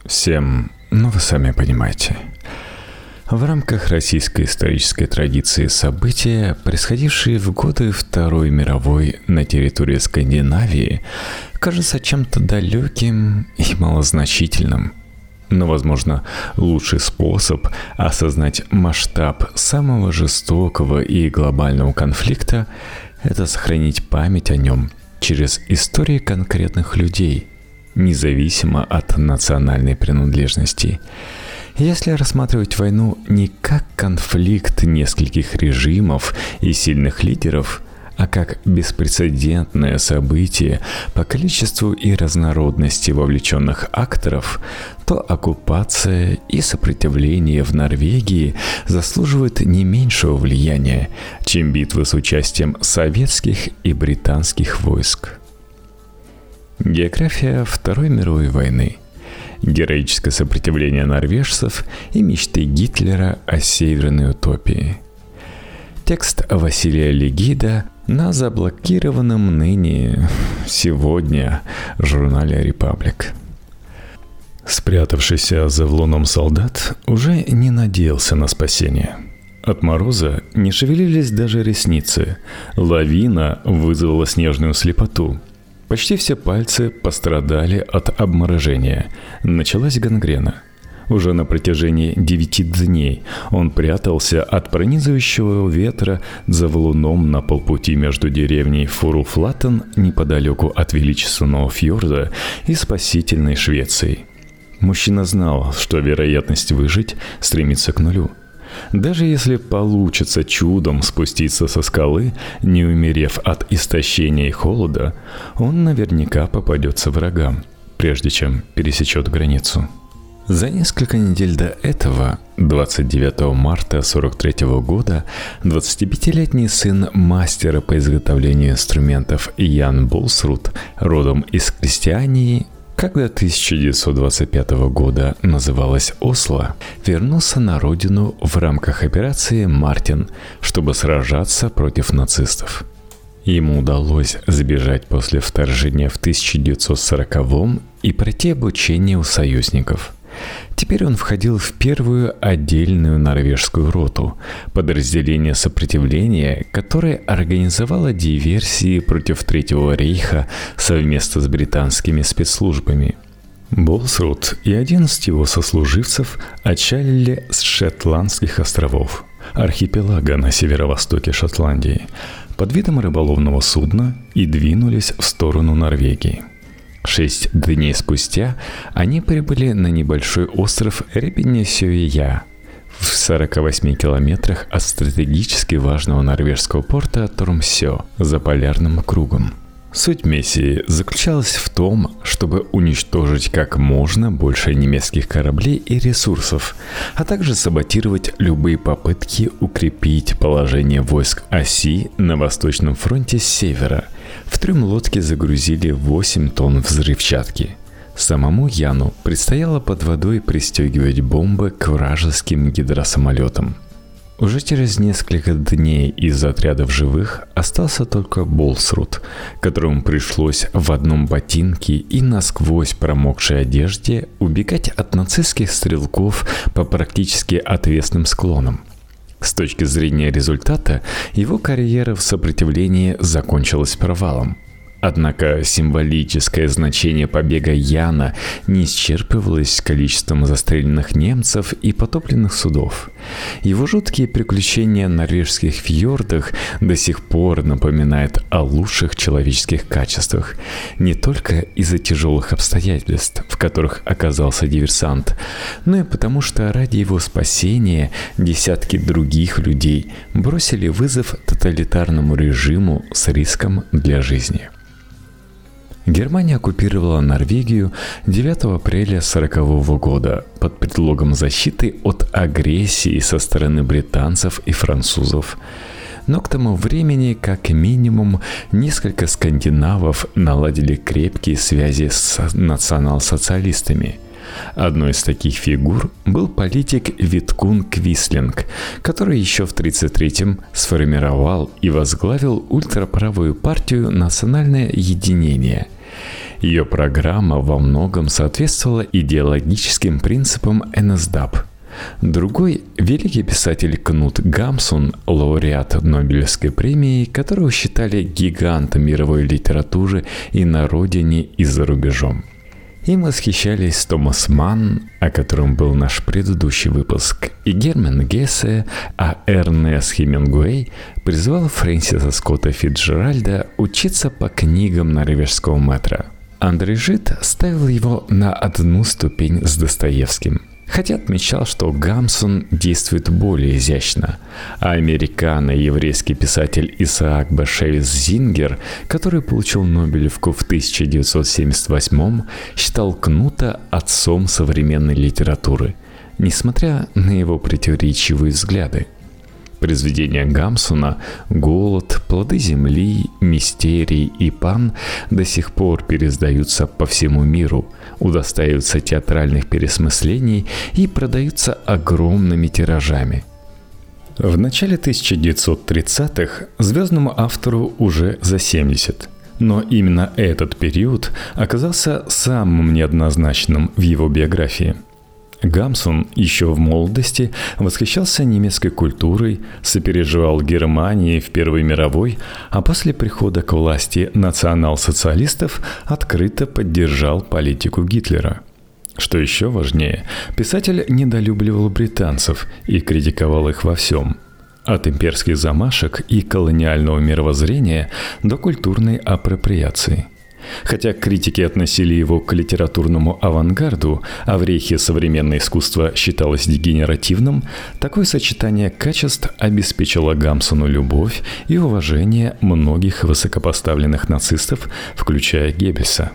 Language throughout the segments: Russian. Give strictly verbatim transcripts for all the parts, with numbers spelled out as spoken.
Всем, ну вы сами понимаете. В рамках российской исторической традиции события, происходившие в годы Второй мировой на территории Скандинавии, кажутся чем-то далеким и малозначительным. Но, возможно, лучший способ осознать масштаб самого жестокого и глобального конфликта – это сохранить память о нем через истории конкретных людей, независимо от национальной принадлежности. Если рассматривать войну не как конфликт нескольких режимов и сильных лидеров, а как беспрецедентное событие по количеству и разнородности вовлеченных акторов, то оккупация и сопротивление в Норвегии заслуживают не меньшего влияния, чем битвы с участием советских и британских войск. География Второй мировой войны. Героическое сопротивление норвежцев и мечты Гитлера о северной утопии. Текст Василия Легида на заблокированном ныне сегодня журнале «Репаблик». Спрятавшийся за валуном солдат уже не надеялся на спасение. От мороза не шевелились даже ресницы. Лавина вызвала снежную слепоту. Почти все пальцы пострадали от обморожения. Началась гангрена. Уже на протяжении девяти дней он прятался от пронизывающего ветра за валуном на полпути между деревней Фуруфлаттен неподалеку от величественного фьорда и спасительной Швецией. Мужчина знал, что вероятность выжить стремится к нулю. Даже если получится чудом спуститься со скалы, не умерев от истощения и холода, он наверняка попадется врагам, прежде чем пересечет границу. За несколько недель до этого, двадцать девятого марта сорок третьего года, двадцатипятилетний сын мастера по изготовлению инструментов Ян Болсрут, родом из Крестьянии, когда тысяча девятьсот двадцать пятого года называлась Осло, вернулся на родину в рамках операции «Мартин», чтобы сражаться против нацистов. Ему удалось сбежать после вторжения в тысяча девятьсот сороковом и пройти обучение у союзников. Теперь он входил в первую отдельную норвежскую роту, подразделение сопротивления, которое организовало диверсии против Третьего рейха совместно с британскими спецслужбами. Болсрут и одиннадцать его сослуживцев отчалили с Шетландских островов, архипелага на северо-востоке Шотландии, под видом рыболовного судна и двинулись в сторону Норвегии. Шесть дней спустя они прибыли на небольшой остров Репиннесøя в сорока восьми километрах от стратегически важного норвежского порта Тромсё за полярным кругом. Суть миссии заключалась в том, чтобы уничтожить как можно больше немецких кораблей и ресурсов, а также саботировать любые попытки укрепить положение войск оси на Восточном фронте с севера. В трюм лодки загрузили восемь тонн взрывчатки. Самому Яну предстояло под водой пристегивать бомбы к вражеским гидросамолетам. Уже через несколько дней из отрядов живых остался только Болсрут, которому пришлось в одном ботинке и насквозь промокшей одежде убегать от нацистских стрелков по практически отвесным склонам. С точки зрения результата, его карьера в сопротивлении закончилась провалом. Однако символическое значение побега Яна не исчерпывалось количеством застреленных немцев и потопленных судов. Его жуткие приключения в норвежских фьордах до сих пор напоминают о лучших человеческих качествах, не только из-за тяжелых обстоятельств, в которых оказался диверсант, но и потому, что ради его спасения десятки других людей бросили вызов тоталитарному режиму с риском для жизни. Германия оккупировала Норвегию девятого апреля сорокового года под предлогом защиты от агрессии со стороны британцев и французов. Но к тому времени, как минимум, несколько скандинавов наладили крепкие связи с национал-социалистами. Одной из таких фигур был политик Видкун Квислинг, который еще в тридцать третьем сформировал и возглавил ультраправую партию «Национальное единение». Ее программа во многом соответствовала идеологическим принципам эн эс дэ а пэ. Другой – великий писатель Кнут Гамсун, лауреат Нобелевской премии, которого считали гигантом мировой литературы и на родине, и за рубежом. Им восхищались Томас Манн, о котором был наш предыдущий выпуск, и Герман Гессе, а Эрнест Хемингуэй призвал Фрэнсиса Скотта Фицджеральда учиться по книгам норвежского мэтра. Андрей Жид ставил его на одну ступень с Достоевским, хотя отмечал, что Гамсун действует более изящно, а американо-еврейский писатель Исаак Башевис Зингер, который получил Нобелевку в тысяча девятьсот семьдесят восьмом, считал Кнута отцом современной литературы, несмотря на его противоречивые взгляды. Произведения Гамсуна «Голод», «Плоды земли», «Мистерий» и «Пан» до сих пор переиздаются по всему миру, удостаиваются театральных пересмыслений и продаются огромными тиражами. В начале тысяча девятьсот тридцатых звездному автору уже за семьдесят. Но именно этот период оказался самым неоднозначным в его биографии. Гамсун еще в молодости восхищался немецкой культурой, сопереживал Германии в Первой мировой, а после прихода к власти национал-социалистов открыто поддержал политику Гитлера. Что еще важнее, писатель недолюбливал британцев и критиковал их во всем. От имперских замашек и колониального мировоззрения до культурной апроприации. Хотя критики относили его к литературному авангарду, а в рейхе современное искусство считалось дегенеративным, такое сочетание качеств обеспечило Гамсуну любовь и уважение многих высокопоставленных нацистов, включая Геббельса.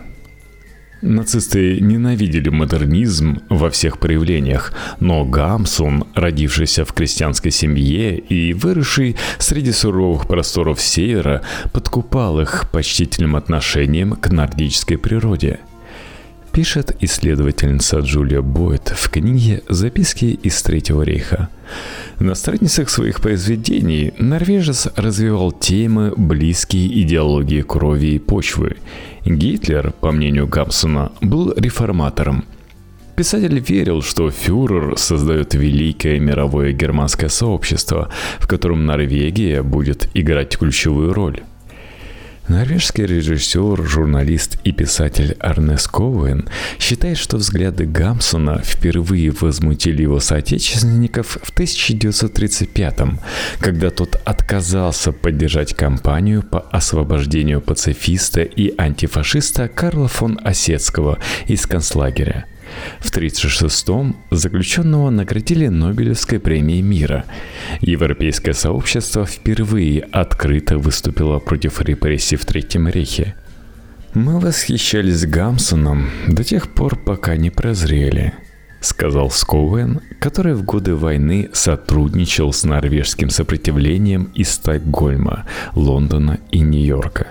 Нацисты ненавидели модернизм во всех проявлениях, но Гамсун, родившийся в крестьянской семье и выросший среди суровых просторов севера, подкупал их почтительным отношением к нордической природе. Пишет исследовательница Джулия Бойд в книге «Записки из Третьего рейха». На страницах своих произведений норвежец развивал темы, близкие идеологии крови и почвы. Гитлер, по мнению Гамсуна, был реформатором. Писатель верил, что фюрер создает великое мировое германское сообщество, в котором Норвегия будет играть ключевую роль. Норвежский режиссер, журналист и писатель Эрнест Коуэн считает, что взгляды Гамсуна впервые возмутили его соотечественников в тысяча девятьсот тридцать пятом, когда тот отказался поддержать кампанию по освобождению пацифиста и антифашиста Карла фон Осетского из концлагеря. В тысяча девятьсот тридцать шестом заключенного наградили Нобелевской премией мира. Европейское сообщество впервые открыто выступило против репрессий в Третьем рейхе. «Мы восхищались Гамсуном до тех пор, пока не прозрели», — сказал Скоуэн, который в годы войны сотрудничал с норвежским сопротивлением из Стокгольма, Лондона и Нью-Йорка.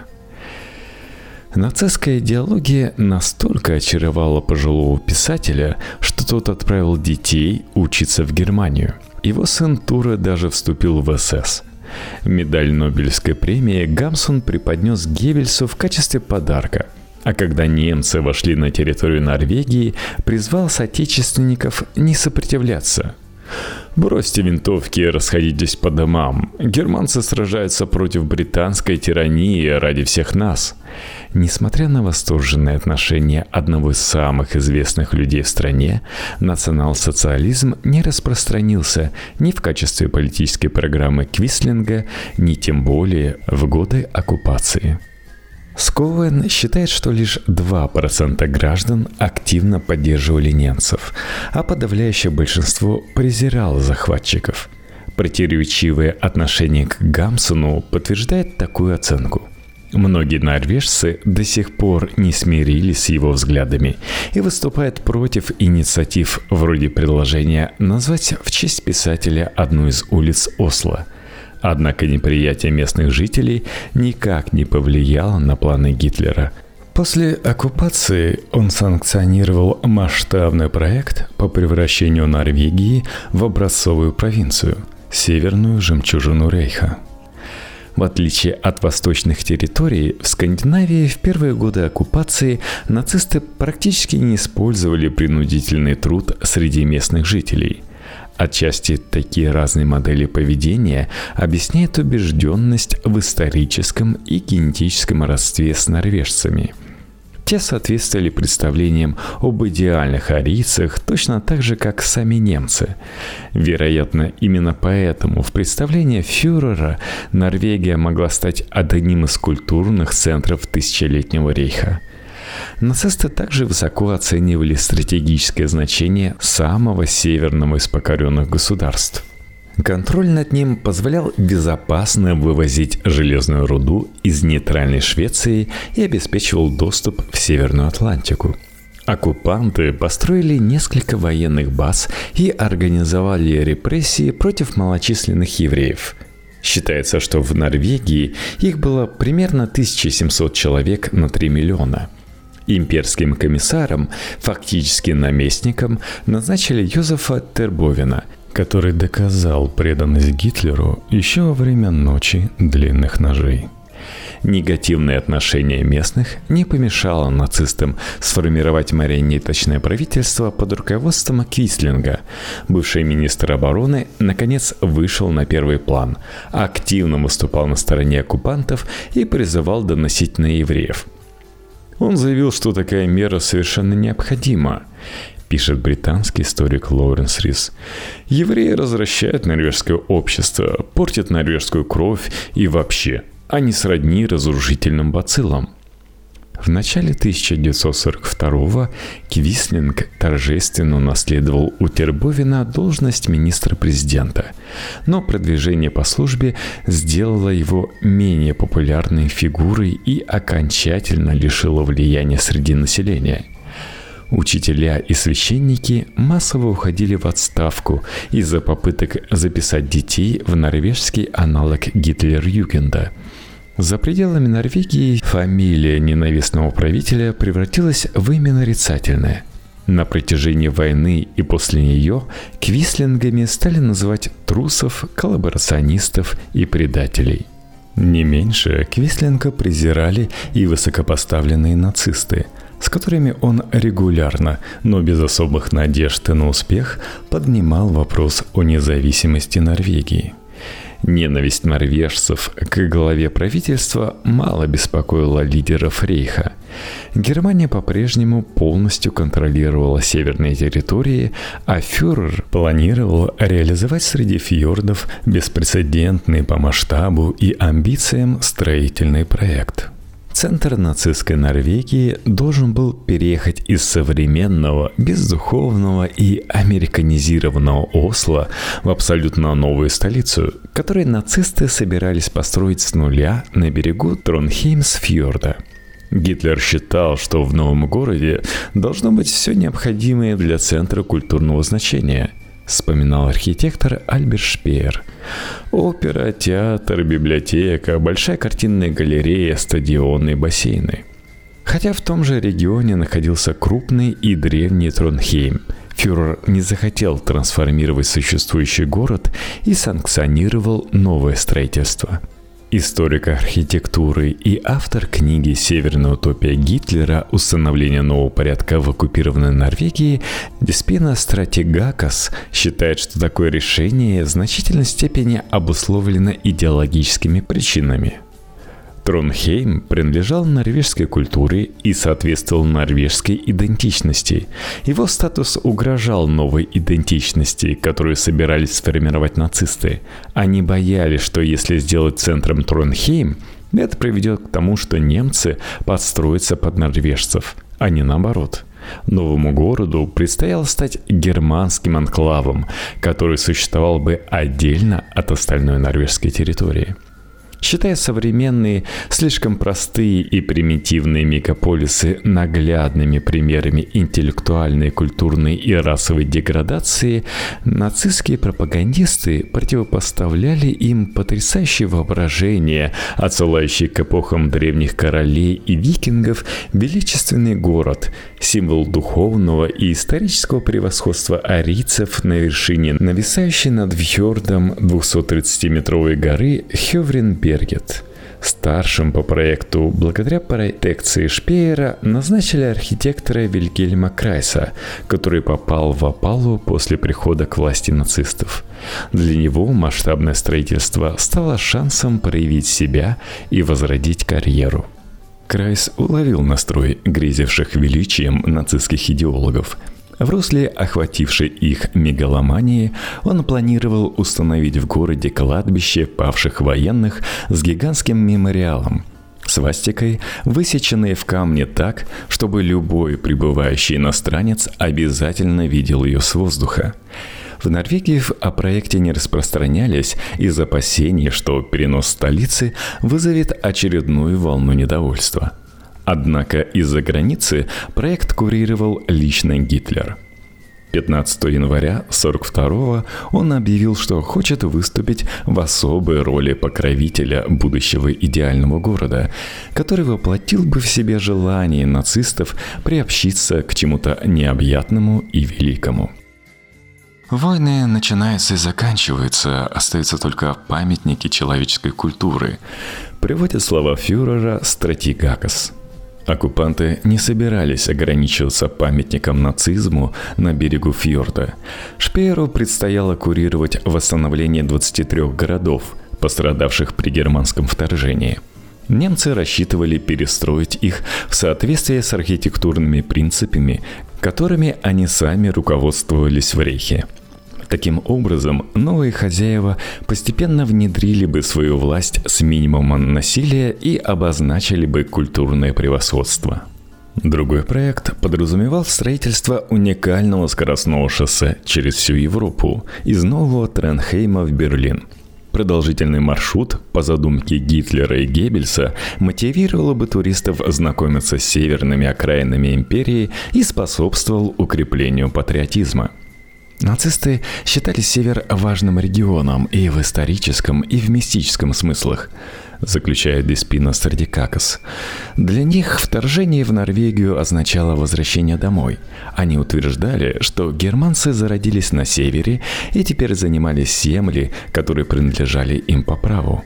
Нацистская идеология настолько очаровала пожилого писателя, что тот отправил детей учиться в Германию. Его сын Туре даже вступил в эс эс. Медаль Нобелевской премии Гамсун преподнес Геббельсу в качестве подарка. А когда немцы вошли на территорию Норвегии, призвал соотечественников не сопротивляться. «Бросьте винтовки и расходитесь по домам. Германцы сражаются против британской тирании ради всех нас». Несмотря на восторженное отношение одного из самых известных людей в стране, национал-социализм не распространился ни в качестве политической программы Квислинга, ни тем более в годы оккупации. Скоуэн считает, что лишь два процента граждан активно поддерживали немцев, а подавляющее большинство презирало захватчиков. Противоречивое отношение к Гамсуну подтверждает такую оценку. Многие норвежцы до сих пор не смирились с его взглядами и выступают против инициатив вроде предложения назвать в честь писателя одну из улиц Осло. Однако неприятие местных жителей никак не повлияло на планы Гитлера. После оккупации он санкционировал масштабный проект по превращению Норвегии в образцовую провинцию – северную жемчужину Рейха. В отличие от восточных территорий, в Скандинавии в первые годы оккупации нацисты практически не использовали принудительный труд среди местных жителей. Отчасти такие разные модели поведения объясняют убежденность в историческом и генетическом родстве с норвежцами. Те соответствовали представлениям об идеальных арийцах точно так же, как сами немцы. Вероятно, именно поэтому в представлении фюрера Норвегия могла стать одним из культурных центров тысячелетнего рейха. Нацисты также высоко оценивали стратегическое значение самого северного из покоренных государств. Контроль над ним позволял безопасно вывозить железную руду из нейтральной Швеции и обеспечивал доступ в Северную Атлантику. Оккупанты построили несколько военных баз и организовали репрессии против малочисленных евреев. Считается, что в Норвегии их было примерно тысяча семьсот человек на три миллиона. Имперским комиссаром, фактически наместником, назначили Йозефа Тербовена, который доказал преданность Гитлеру еще во время Ночи длинных ножей. Негативное отношение местных не помешало нацистам сформировать марионеточное правительство под руководством Квислинга. Бывший министр обороны, наконец, вышел на первый план, активно выступал на стороне оккупантов и призывал доносить на евреев. Он заявил, что такая мера совершенно необходима, пишет британский историк Лоуренс Рис. Евреи развращают норвежское общество, портят норвежскую кровь и вообще, они сродни разрушительным бациллам. В начале тысяча девятьсот сорок второго Квислинг торжественно унаследовал у Тербовена должность министра-президента, но продвижение по службе сделало его менее популярной фигурой и окончательно лишило влияния среди населения. Учителя и священники массово уходили в отставку из-за попыток записать детей в норвежский аналог Гитлер-Югенда. За пределами Норвегии фамилия ненавистного правителя превратилась в имя нарицательное. На протяжении войны и после нее квислингами стали называть трусов, коллаборационистов и предателей. Не меньше Квислинга презирали и высокопоставленные нацисты, с которыми он регулярно, но без особых надежд на успех, поднимал вопрос о независимости Норвегии. Ненависть норвежцев к главе правительства мало беспокоила лидеров рейха. Германия по-прежнему полностью контролировала северные территории, а фюрер планировал реализовать среди фьордов беспрецедентный по масштабу и амбициям строительный проект. Центр нацистской Норвегии должен был переехать из современного, бездуховного и американизированного Осло в абсолютно новую столицу, которую нацисты собирались построить с нуля на берегу Тронхеймсфьорда. Гитлер считал, что в новом городе должно быть все необходимое для центра культурного значения, вспоминал архитектор Альберт Шпеер. Опера, театр, библиотека, большая картинная галерея, стадионы и бассейны. Хотя в том же регионе находился крупный и древний Тронхейм, фюрер не захотел трансформировать существующий город и санкционировал новое строительство. Историк архитектуры и автор книги «Северная утопия Гитлера. Установление нового порядка в оккупированной Норвегии» Деспина Стратегакос считает, что такое решение в значительной степени обусловлено идеологическими причинами. Тронхейм принадлежал норвежской культуре и соответствовал норвежской идентичности. Его статус угрожал новой идентичности, которую собирались сформировать нацисты. Они боялись, что если сделать центром Тронхейм, это приведет к тому, что немцы подстроятся под норвежцев, а не наоборот. Новому городу предстояло стать германским анклавом, который существовал бы отдельно от остальной норвежской территории. Считая современные, слишком простые и примитивные мегаполисы наглядными примерами интеллектуальной, культурной и расовой деградации, нацистские пропагандисты противопоставляли им потрясающее воображение, отсылающее к эпохам древних королей и викингов, величественный город, символ духовного и исторического превосходства арийцев на вершине нависающей над фьордом двухсоттридцатиметровой горы Хёвринберг. Бергет. Старшим по проекту, благодаря протекции Шпеера, назначили архитектора Вильгельма Крайса, который попал в опалу после прихода к власти нацистов. Для него масштабное строительство стало шансом проявить себя и возродить карьеру. Крайс уловил настрой грезивших величием нацистских идеологов. В русле охватившей их мегаломании он планировал установить в городе кладбище павших военных с гигантским мемориалом, свастикой, высеченной в камне так, чтобы любой прибывающий иностранец обязательно видел ее с воздуха. В Норвегии о проекте не распространялись из опасений, что перенос столицы вызовет очередную волну недовольства. Однако из-за границы проект курировал лично Гитлер. пятнадцатого января сорок второго он объявил, что хочет выступить в особой роли покровителя будущего идеального города, который воплотил бы в себе желание нацистов приобщиться к чему-то необъятному и великому. Войны начинаются и заканчиваются, остаются только памятники человеческой культуры, приводит слова фюрера Стратигакос. Оккупанты не собирались ограничиваться памятником нацизму на берегу фьорда. Шпееру предстояло курировать восстановление двадцати трёх городов, пострадавших при германском вторжении. Немцы рассчитывали перестроить их в соответствии с архитектурными принципами, которыми они сами руководствовались в Рейхе. Таким образом, новые хозяева постепенно внедрили бы свою власть с минимумом насилия и обозначили бы культурное превосходство. Другой проект подразумевал строительство уникального скоростного шоссе через всю Европу из Нового Тренхейма в Берлин. Продолжительный маршрут, по задумке Гитлера и Геббельса, мотивировал бы туристов знакомиться с северными окраинами империи и способствовал укреплению патриотизма. Нацисты считали Север важным регионом и в историческом, и в мистическом смыслах, заключает Деспина Стратигакос. Для них вторжение в Норвегию означало возвращение домой. Они утверждали, что германцы зародились на севере и теперь занимали земли, которые принадлежали им по праву.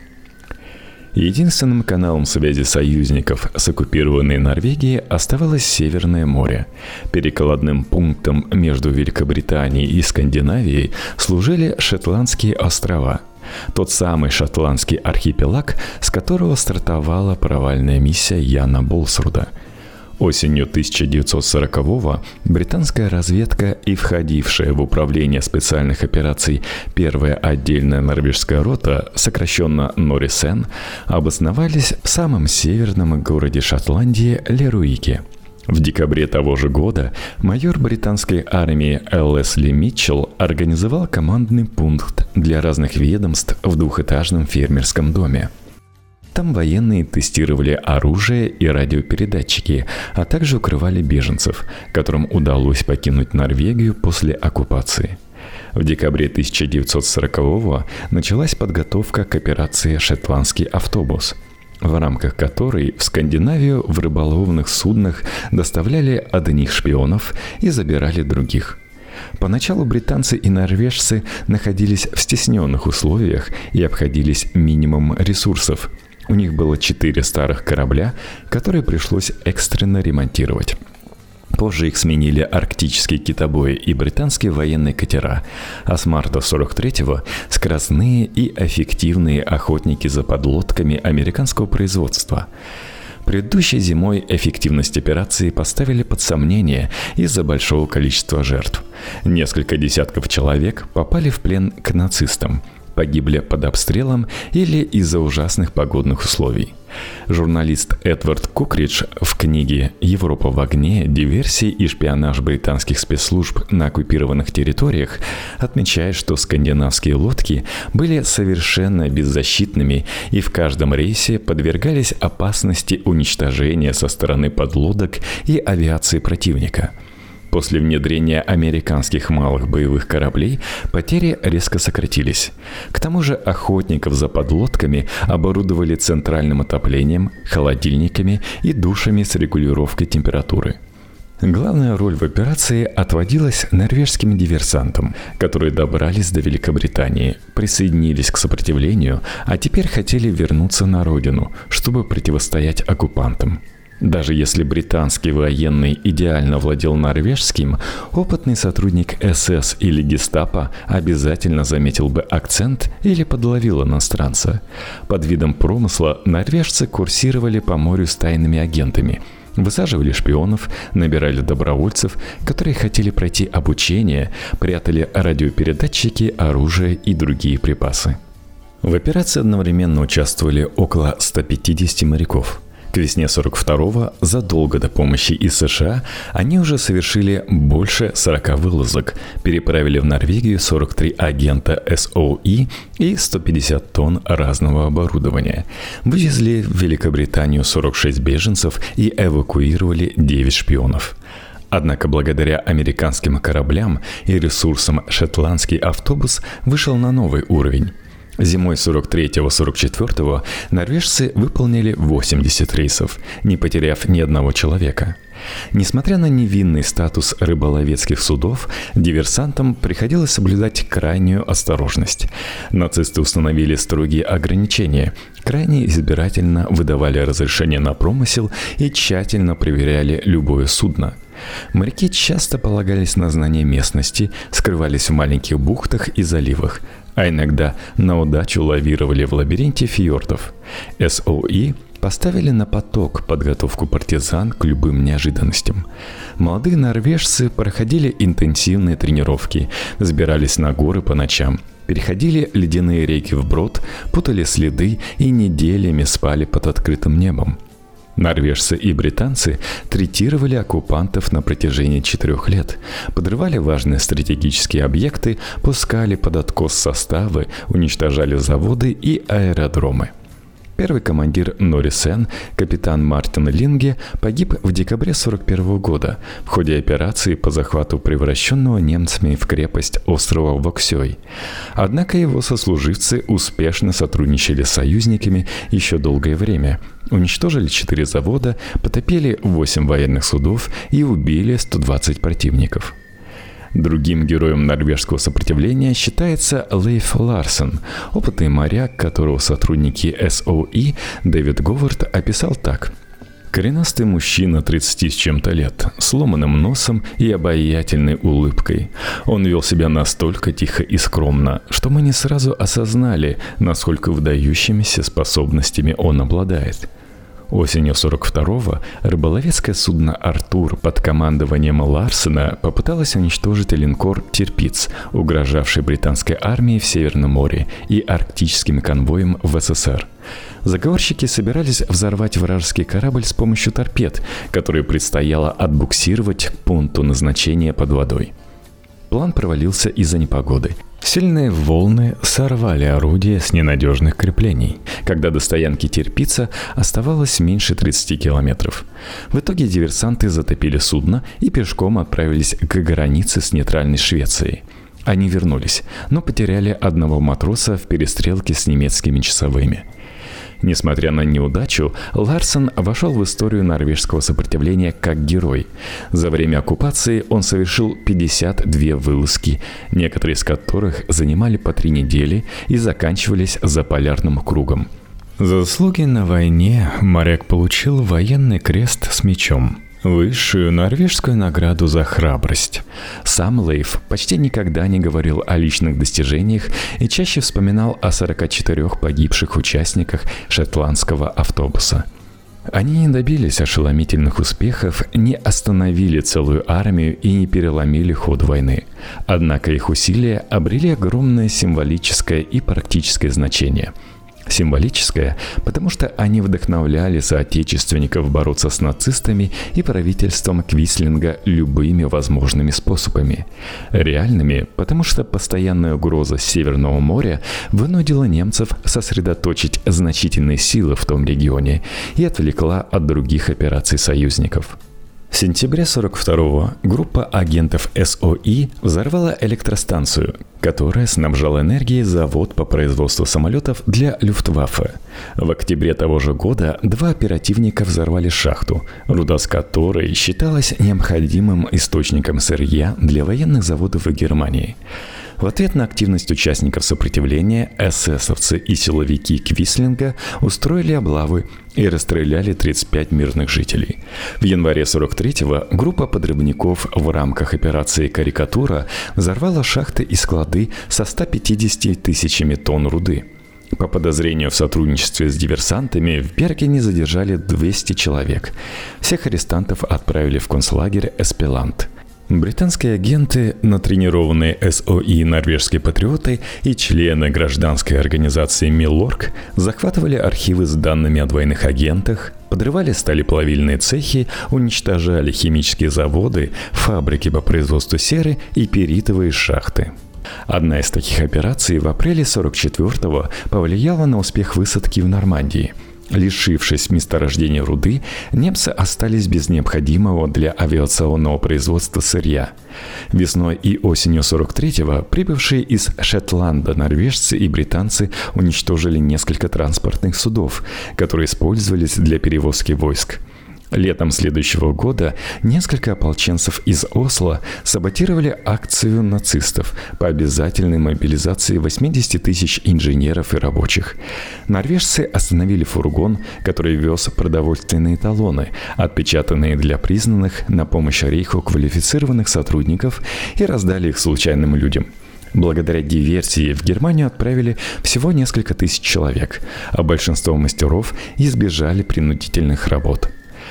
Единственным каналом связи союзников с оккупированной Норвегией оставалось Северное море. Перекладным пунктом между Великобританией и Скандинавией служили Шетландские острова. Тот самый шотландский архипелаг, с которого стартовала провальная миссия Яна Болсруда. Осенью тысяча девятьсот сорокового британская разведка и входившая в управление специальных операций первая отдельная норвежская рота, сокращенно Норисен, обосновались в самом северном городе Шотландии Леруике. В декабре того же года майор британской армии Лесли Митчелл организовал командный пункт для разных ведомств в двухэтажном фермерском доме. Там военные тестировали оружие и радиопередатчики, а также укрывали беженцев, которым удалось покинуть Норвегию после оккупации. В декабре тысяча девятьсот сорокового началась подготовка к операции «Шотландский автобус», в рамках которой в Скандинавию в рыболовных суднах доставляли одних шпионов и забирали других. Поначалу британцы и норвежцы находились в стесненных условиях и обходились минимумом ресурсов. У них было четыре старых корабля, которые пришлось экстренно ремонтировать. Позже их сменили арктические китобои и британские военные катера, а с марта сорок третьего – скоростные и эффективные охотники за подлодками американского производства. Предыдущей зимой эффективность операции поставили под сомнение из-за большого количества жертв. Несколько десятков человек попали в плен к нацистам, погибли под обстрелом или из-за ужасных погодных условий. Журналист Эдвард Кукридж в книге «Европа в огне. Диверсии и шпионаж британских спецслужб на оккупированных территориях» отмечает, что скандинавские лодки были совершенно беззащитными и в каждом рейсе подвергались опасности уничтожения со стороны подлодок и авиации противника. После внедрения американских малых боевых кораблей потери резко сократились. К тому же охотников за подлодками оборудовали центральным отоплением, холодильниками и душами с регулировкой температуры. Главная роль в операции отводилась норвежским диверсантам, которые добрались до Великобритании, присоединились к сопротивлению, а теперь хотели вернуться на родину, чтобы противостоять оккупантам. Даже если британский военный идеально владел норвежским, опытный сотрудник эс эс или гестапо обязательно заметил бы акцент или подловил иностранца. Под видом промысла норвежцы курсировали по морю с тайными агентами – высаживали шпионов, набирали добровольцев, которые хотели пройти обучение, прятали радиопередатчики, оружие и другие припасы. В операции одновременно участвовали около ста пятидесяти моряков. К весне сорок второго, задолго до помощи из США, они уже совершили больше сорока вылазок, переправили в Норвегию сорок три агента эс о и и сто пятьдесят тонн разного оборудования, вывезли в Великобританию сорок шесть беженцев и эвакуировали девять шпионов. Однако благодаря американским кораблям и ресурсам шотландский автобус вышел на новый уровень. Зимой сорок третьего — сорок четвёртого норвежцы выполнили восемьдесят рейсов, не потеряв ни одного человека. Несмотря на невинный статус рыболовецких судов, диверсантам приходилось соблюдать крайнюю осторожность. Нацисты установили строгие ограничения, крайне избирательно выдавали разрешение на промысел и тщательно проверяли любое судно. Моряки часто полагались на знание местности, скрывались в маленьких бухтах и заливах, а иногда на удачу лавировали в лабиринте фьордов. эс о и поставили на поток подготовку партизан к любым неожиданностям. Молодые норвежцы проходили интенсивные тренировки, взбирались на горы по ночам, переходили ледяные реки вброд, путали следы и неделями спали под открытым небом. Норвежцы и британцы третировали оккупантов на протяжении четырех лет, подрывали важные стратегические объекты, пускали под откос составы, уничтожали заводы и аэродромы. Первый командир Норисен, капитан Мартин Линге, погиб в декабре сорок первого года в ходе операции по захвату превращенного немцами в крепость острова Воксёй. Однако его сослуживцы успешно сотрудничали с союзниками еще долгое время. Уничтожили четыре завода, потопили восемь военных судов и убили сто двадцать противников. Другим героем норвежского сопротивления считается Лейф Ларсен, опытный моряк, которого сотрудники эс о и Дэвид Говард описал так. Коренастый мужчина тридцати с чем-то лет, сломанным носом и обаятельной улыбкой. Он вел себя настолько тихо и скромно, что мы не сразу осознали, насколько выдающимися способностями он обладает. Осенью сорок второго рыболовецкое судно «Артур» под командованием Ларсена попыталось уничтожить линкор «Тирпиц», угрожавший британской армии в Северном море и арктическим конвоем в эс эс эр. Заговорщики собирались взорвать вражеский корабль с помощью торпед, которые предстояло отбуксировать к пункту назначения под водой. План провалился из-за непогоды. Сильные волны сорвали орудие с ненадежных креплений, когда до стоянки Тирпица оставалось меньше тридцати километров. В итоге диверсанты затопили судно и пешком отправились к границе с нейтральной Швецией. Они вернулись, но потеряли одного матроса в перестрелке с немецкими часовыми. Несмотря на неудачу, Ларсен вошел в историю норвежского сопротивления как герой. За время оккупации он совершил пятьдесят две вылазки, некоторые из которых занимали по три недели и заканчивались заполярным кругом. За заслуги на войне моряк получил военный крест с мечом, высшую норвежскую награду за храбрость. Сам Лейф почти никогда не говорил о личных достижениях и чаще вспоминал о сорока четырёх погибших участниках шотландского автобуса. Они не добились ошеломительных успехов, не остановили целую армию и не переломили ход войны. Однако их усилия обрели огромное символическое и практическое значение. Символическое, потому что они вдохновляли соотечественников бороться с нацистами и правительством Квислинга любыми возможными способами. Реальными, потому что постоянная угроза Северного моря вынудила немцев сосредоточить значительные силы в том регионе и отвлекла от других операций союзников. В сентябре сорок второго группа агентов эс о и взорвала электростанцию, которая снабжала энергией завод по производству самолетов для Люфтваффе. В октябре того же года два оперативника взорвали шахту, руда с которой считалась необходимым источником сырья для военных заводов в Германии. В ответ на активность участников сопротивления эсэсовцы и силовики Квислинга устроили облавы и расстреляли тридцать пять мирных жителей. В январе сорок третьего группа подрывников в рамках операции «Карикатура» взорвала шахты и склады со ста пятьюдесятью тысячами тонн руды. По подозрению в сотрудничестве с диверсантами в Бергене задержали двести человек. Всех арестантов отправили в концлагерь Эспелант. Британские агенты, натренированные эс о и норвежские патриоты и члены гражданской организации Милорг захватывали архивы с данными о двойных агентах, подрывали сталеплавильные цехи, уничтожали химические заводы, фабрики по производству серы и перитовые шахты. Одна из таких операций в апреле сорок четвёртого повлияла на успех высадки в Нормандии. Лишившись месторождения руды, немцы остались без необходимого для авиационного производства сырья. Весной и осенью сорок третьего прибывшие из Шетланда норвежцы и британцы уничтожили несколько транспортных судов, которые использовались для перевозки войск. Летом следующего года несколько ополченцев из Осло саботировали акцию нацистов по обязательной мобилизации восемьдесят тысяч инженеров и рабочих. Норвежцы остановили фургон, который вез продовольственные талоны, отпечатанные для признанных на помощь Рейху квалифицированных сотрудников, и раздали их случайным людям. Благодаря диверсии в Германию отправили всего несколько тысяч человек, а большинство мастеров избежали принудительных работ.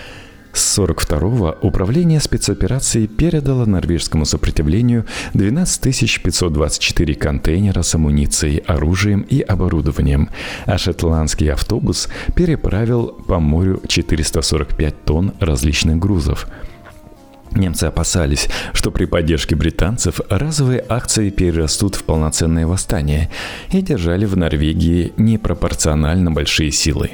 С сорок второго управление спецоперацией передало норвежскому сопротивлению двенадцать тысяч пятьсот двадцать четыре контейнера с амуницией, оружием и оборудованием, а шотландский автобус переправил по морю четыреста сорок пять тонн различных грузов. Немцы опасались, что при поддержке британцев разовые акции перерастут в полноценное восстание, и держали в Норвегии непропорционально большие силы.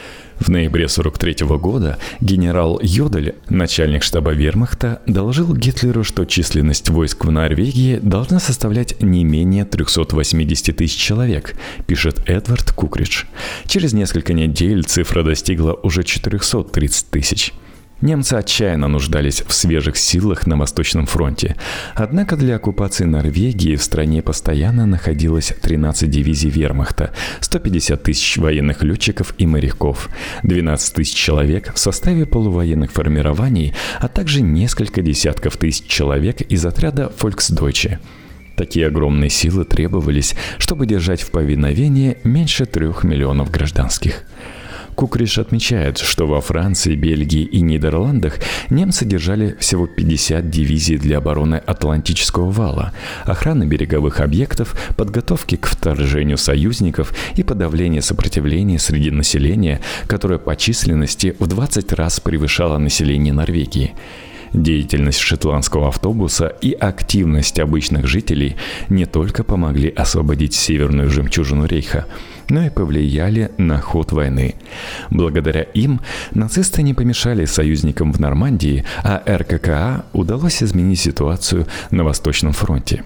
В ноябре сорок третьего года генерал Йодель, начальник штаба вермахта, доложил Гитлеру, что численность войск в Норвегии должна составлять не менее триста восемьдесят тысяч человек, пишет Эдвард Кукридж. Через несколько недель цифра достигла уже четыреста тридцать тысяч. Немцы отчаянно нуждались в свежих силах на Восточном фронте. Однако для оккупации Норвегии в стране постоянно находилось тринадцать дивизий вермахта, сто пятьдесят тысяч военных летчиков и моряков, двенадцать тысяч человек в составе полувоенных формирований, а также несколько десятков тысяч человек из отряда «Фольксдойче». Такие огромные силы требовались, чтобы держать в повиновении меньше трех миллионов гражданских. Кукридж отмечает, что во Франции, Бельгии и Нидерландах немцы держали всего пятьдесят дивизий для обороны Атлантического вала, охраны береговых объектов, подготовки к вторжению союзников и подавления сопротивления среди населения, которое по численности в двадцать раз превышало население Норвегии. Деятельность шотландского автобуса и активность обычных жителей не только помогли освободить северную жемчужину Рейха, но и повлияли на ход войны. Благодаря им нацисты не помешали союзникам в Нормандии, а эр ка ка а удалось изменить ситуацию на Восточном фронте.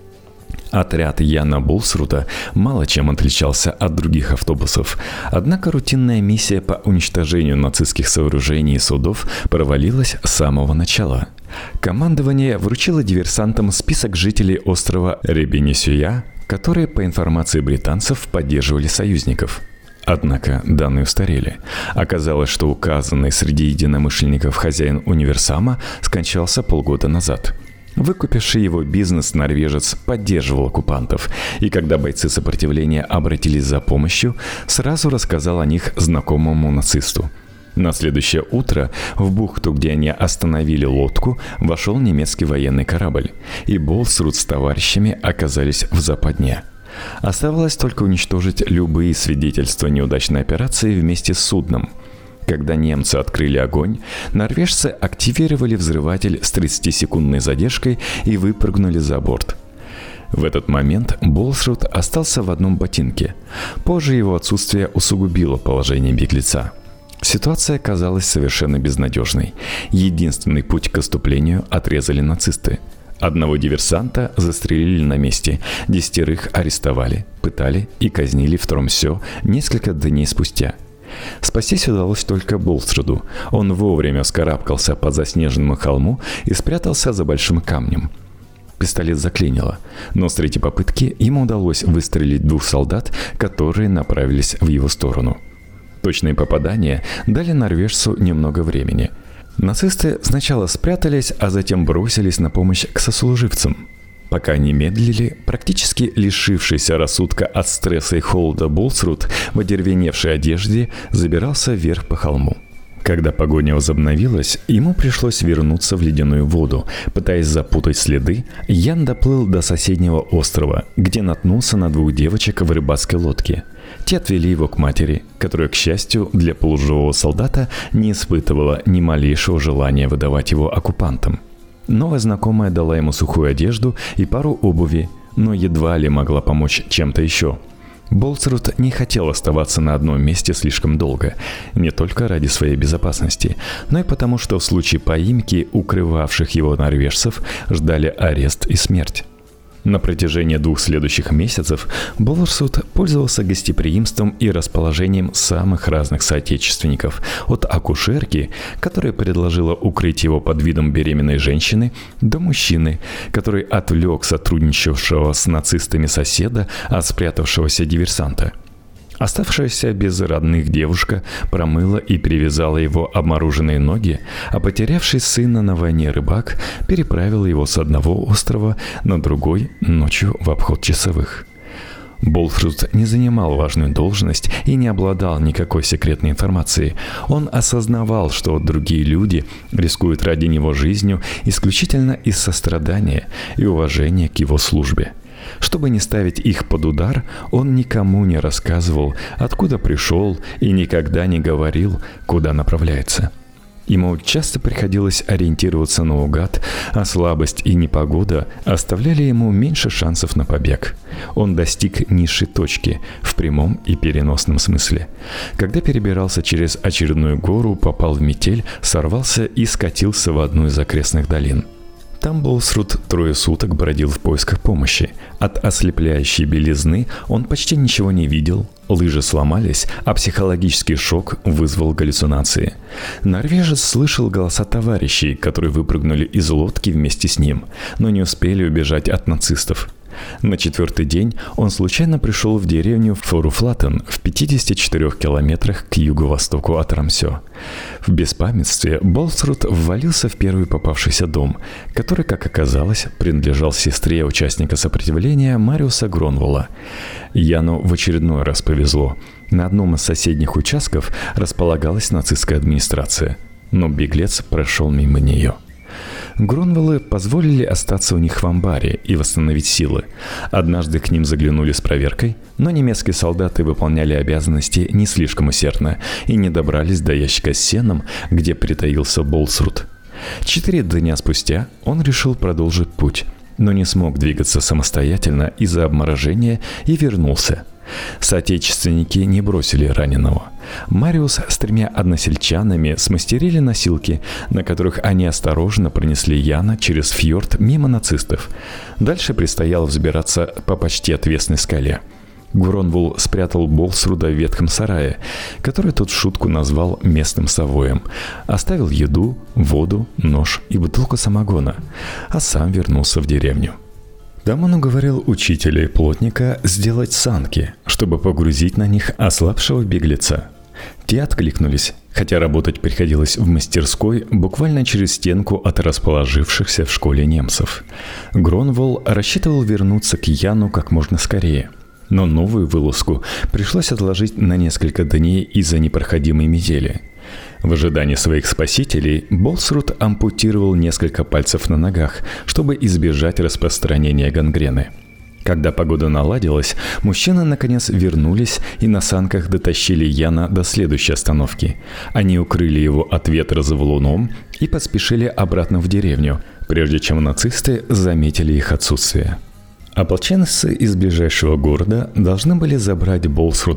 Отряд Яна Болсрута мало чем отличался от других автобусов, однако рутинная миссия по уничтожению нацистских сооружений и судов провалилась с самого начала. Командование вручило диверсантам список жителей острова Ребенесюя, которые, по информации британцев, поддерживали союзников. Однако данные устарели. Оказалось, что указанный среди единомышленников хозяин универсама скончался полгода назад. Выкупивший его бизнес норвежец поддерживал оккупантов, и когда бойцы сопротивления обратились за помощью, сразу рассказал о них знакомому нацисту. На следующее утро в бухту, где они остановили лодку, вошел немецкий военный корабль, и Болсрут с товарищами оказались в западне. Оставалось только уничтожить любые свидетельства неудачной операции вместе с судном. Когда немцы открыли огонь, норвежцы активировали взрыватель с тридцатисекундной задержкой и выпрыгнули за борт. В этот момент Болсрут остался в одном ботинке. Позже его отсутствие усугубило положение беглеца. Ситуация казалась совершенно безнадежной. Единственный путь к отступлению отрезали нацисты. Одного диверсанта застрелили на месте, десятерых арестовали, пытали и казнили в Тромсё несколько дней спустя. Спастись удалось только Болсруду. Он вовремя вскарабкался по заснеженному холму и спрятался за большим камнем. Пистолет заклинило, но с третьей попытки ему удалось выстрелить двух солдат, которые направились в его сторону. Точные попадания дали норвежцу немного времени. Нацисты сначала спрятались, а затем бросились на помощь к сослуживцам. Пока они медлили, практически лишившийся рассудка от стресса и холода Болсруд в одервеневшей одежде забирался вверх по холму. Когда погоня возобновилась, ему пришлось вернуться в ледяную воду. Пытаясь запутать следы, Ян доплыл до соседнего острова, где наткнулся на двух девочек в рыбацкой лодке. Те отвели его к матери, которая, к счастью, для полуживого солдата не испытывала ни малейшего желания выдавать его оккупантам. Новая знакомая дала ему сухую одежду и пару обуви, но едва ли могла помочь чем-то еще. Болсруд не хотел оставаться на одном месте слишком долго, не только ради своей безопасности, но и потому, что в случае поимки укрывавших его норвежцев ждали арест и смерть. На протяжении двух следующих месяцев Болсруд пользовался гостеприимством и расположением самых разных соотечественников, от акушерки, которая предложила укрыть его под видом беременной женщины, до мужчины, который отвлек сотрудничавшего с нацистами соседа от спрятавшегося диверсанта. Оставшаяся без родных девушка промыла и перевязала его обмороженные ноги, а потерявший сына на войне рыбак переправил его с одного острова на другой ночью в обход часовых. Болсруд не занимал важную должность и не обладал никакой секретной информацией. Он осознавал, что другие люди рискуют ради него жизнью исключительно из сострадания и уважения к его службе. Чтобы не ставить их под удар, он никому не рассказывал, откуда пришел, и никогда не говорил, куда направляется. Ему часто приходилось ориентироваться наугад, а слабость и непогода оставляли ему меньше шансов на побег. Он достиг низшей точки в прямом и переносном смысле. Когда перебирался через очередную гору, попал в метель, сорвался и скатился в одну из окрестных долин. Там Болсруд трое суток бродил в поисках помощи. От ослепляющей белизны он почти ничего не видел, лыжи сломались, а психологический шок вызвал галлюцинации. Норвежец слышал голоса товарищей, которые выпрыгнули из лодки вместе с ним, но не успели убежать от нацистов. На четвертый день он случайно пришел в деревню Форуфлатен в пятидесяти четырёх километрах к юго-востоку от Ромсё. В беспамятстве Болсруд ввалился в первый попавшийся дом, который, как оказалось, принадлежал сестре участника сопротивления Мариуса Гронвола. Яну в очередной раз повезло. На одном из соседних участков располагалась нацистская администрация, но беглец прошел мимо нее. Гронволы позволили остаться у них в амбаре и восстановить силы. Однажды к ним заглянули с проверкой, но немецкие солдаты выполняли обязанности не слишком усердно и не добрались до ящика с сеном, где притаился Болсруд. Четыре дня спустя он решил продолжить путь, но не смог двигаться самостоятельно из-за обморожения и вернулся. Соотечественники не бросили раненого. Мариус с тремя односельчанами смастерили носилки, на которых они осторожно пронесли Яна через фьорд мимо нацистов. Дальше предстояло взбираться по почти отвесной скале. Гронвол спрятал Болсруда в ветхом сарае, который тот в шутку назвал местным совоем. Оставил еду, воду, нож и бутылку самогона, а сам вернулся в деревню. Там он уговорил учителя и плотника сделать санки, чтобы погрузить на них ослабшего беглеца. Те откликнулись, хотя работать приходилось в мастерской буквально через стенку от расположившихся в школе немцев. Гронвол рассчитывал вернуться к Яну как можно скорее, но новую вылазку пришлось отложить на несколько дней из-за непроходимой метели. В ожидании своих спасителей Болсруд ампутировал несколько пальцев на ногах, чтобы избежать распространения гангрены. Когда погода наладилась, мужчины наконец вернулись и на санках дотащили Яна до следующей остановки. Они укрыли его от ветра за валуном и поспешили обратно в деревню, прежде чем нацисты заметили их отсутствие. Ополченцы из ближайшего города должны были забрать Болсруда,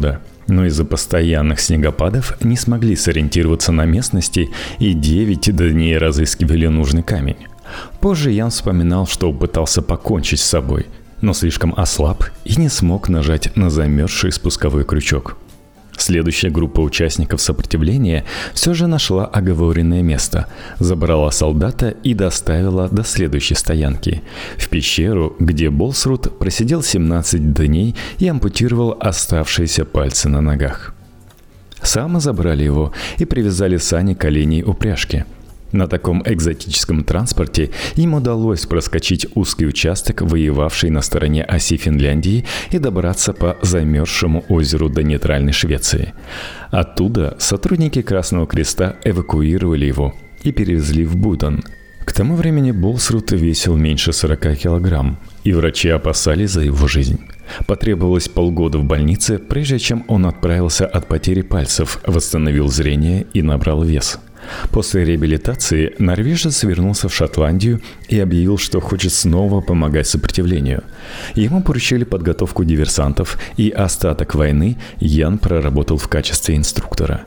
но из-за постоянных снегопадов не смогли сориентироваться на местности и девять дней разыскивали нужный камень. Позже Ян вспоминал, что пытался покончить с собой, но слишком ослаб и не смог нажать на замерзший спусковой крючок. Следующая группа участников сопротивления все же нашла оговоренное место, забрала солдата и доставила до следующей стоянки – в пещеру, где Болсрут просидел семнадцать дней и ампутировал оставшиеся пальцы на ногах. Сами забрали его и привязали сани к оленей упряжке. На таком экзотическом транспорте им удалось проскочить узкий участок, воевавший на стороне оси Финляндии, и добраться по замерзшему озеру до нейтральной Швеции. Оттуда сотрудники Красного Креста эвакуировали его и перевезли в Буден. К тому времени Болсрут весил меньше сорока килограмм, и врачи опасались за его жизнь. Потребовалось полгода в больнице, прежде чем он отправился от потери пальцев, восстановил зрение и набрал вес. После реабилитации норвежец вернулся в Шотландию и объявил, что хочет снова помогать сопротивлению. Ему поручили подготовку диверсантов, и остаток войны Ян проработал в качестве инструктора.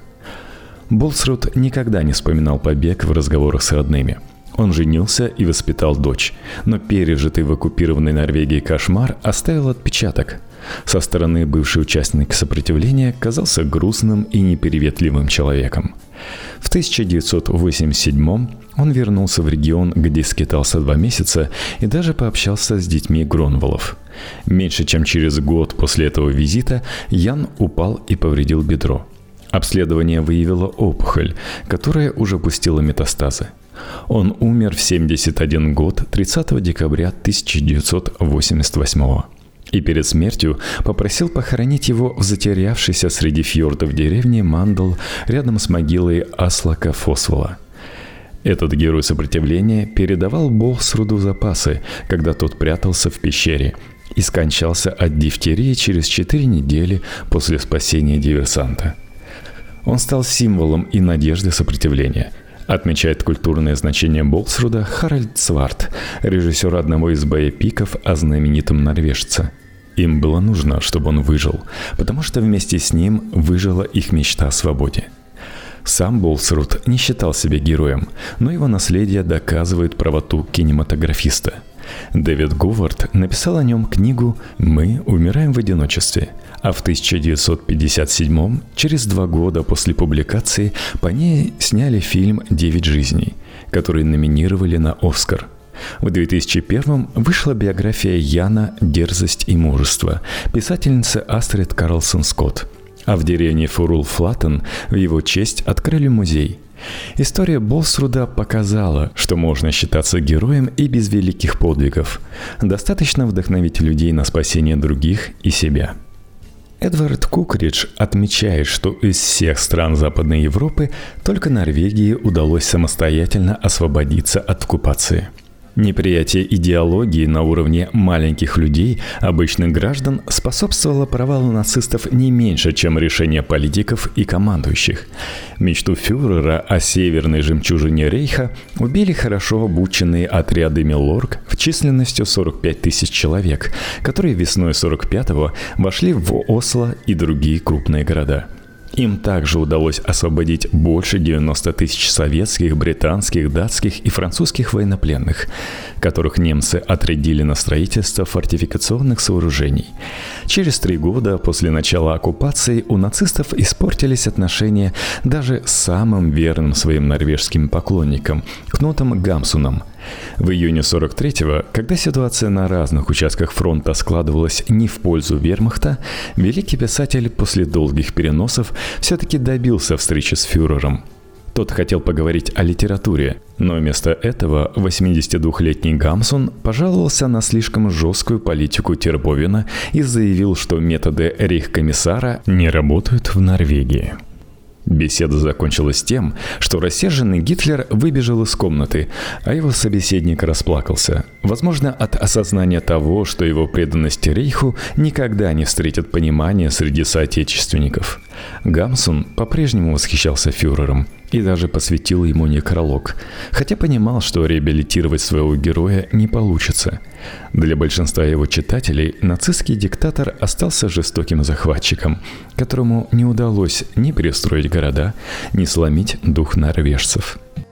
Болсрут никогда не вспоминал побег в разговорах с родными. Он женился и воспитал дочь, но пережитый в оккупированной Норвегии кошмар оставил отпечаток. Со стороны бывший участник сопротивления казался грустным и неприветливым человеком. В тысяча девятьсот восемьдесят седьмом он вернулся в регион, где скитался два месяца, и даже пообщался с детьми Гронволов. Меньше чем через год после этого визита Ян упал и повредил бедро. Обследование выявило опухоль, которая уже пустила метастазы. Он умер в семьдесят один год тридцатого декабря тысяча девятьсот восемьдесят восьмого. И перед смертью попросил похоронить его в затерявшейся среди фьордов деревне Мандл рядом с могилой Аслака Фосвола. Этот герой сопротивления передавал Болсруду запасы, когда тот прятался в пещере, и скончался от дифтерии через четыре недели после спасения диверсанта. Он стал символом и надежды сопротивления, отмечает культурное значение Болсруда Харальд Сварт, режиссер одного из боепиков о знаменитом норвежце. Им было нужно, чтобы он выжил, потому что вместе с ним выжила их мечта о свободе. Сам Болсруд не считал себя героем, но его наследие доказывает правоту кинематографиста. Дэвид Говард написал о нем книгу «Мы умираем в одиночестве», а в тысяча девятьсот пятьдесят седьмом, через два года после публикации, по ней сняли фильм «Девять жизней», который номинировали на «Оскар». В две тысячи первом вышла биография Яна «Дерзость и мужество» писательницы Астрид Карлсон Скотт, а в деревне Фурул-Флаттен в его честь открыли музей. История Болсруда показала, что можно считаться героем и без великих подвигов. Достаточно вдохновить людей на спасение других и себя. Эдвард Кукридж отмечает, что из всех стран Западной Европы только Норвегии удалось самостоятельно освободиться от оккупации. Неприятие идеологии на уровне маленьких людей, обычных граждан, способствовало провалу нацистов не меньше, чем решение политиков и командующих. Мечту фюрера о северной жемчужине Рейха убили хорошо обученные отряды Милорг в численностью сорок пять тысяч человек, которые весной сорок пятого вошли в Осло и другие крупные города. Им также удалось освободить больше девяноста тысяч советских, британских, датских и французских военнопленных, которых немцы отрядили на строительство фортификационных сооружений. Через три года после начала оккупации у нацистов испортились отношения даже с самым верным своим норвежским поклонником Кнутом Гамсуном. В июне сорок третьего, когда ситуация на разных участках фронта складывалась не в пользу вермахта, великий писатель после долгих переносов все-таки добился встречи с фюрером. Тот хотел поговорить о литературе, но вместо этого восьмидесятидвухлетний Гамсун пожаловался на слишком жесткую политику Тербовена и заявил, что методы рейхкомиссара не работают в Норвегии. Беседа закончилась тем, что рассерженный Гитлер выбежал из комнаты, а его собеседник расплакался, возможно, от осознания того, что его преданность Рейху никогда не встретит понимания среди соотечественников. Гамсун по-прежнему восхищался фюрером и даже посвятил ему некролог, хотя понимал, что реабилитировать своего героя не получится. Для большинства его читателей нацистский диктатор остался жестоким захватчиком, которому не удалось ни перестроить города, ни сломить дух норвежцев.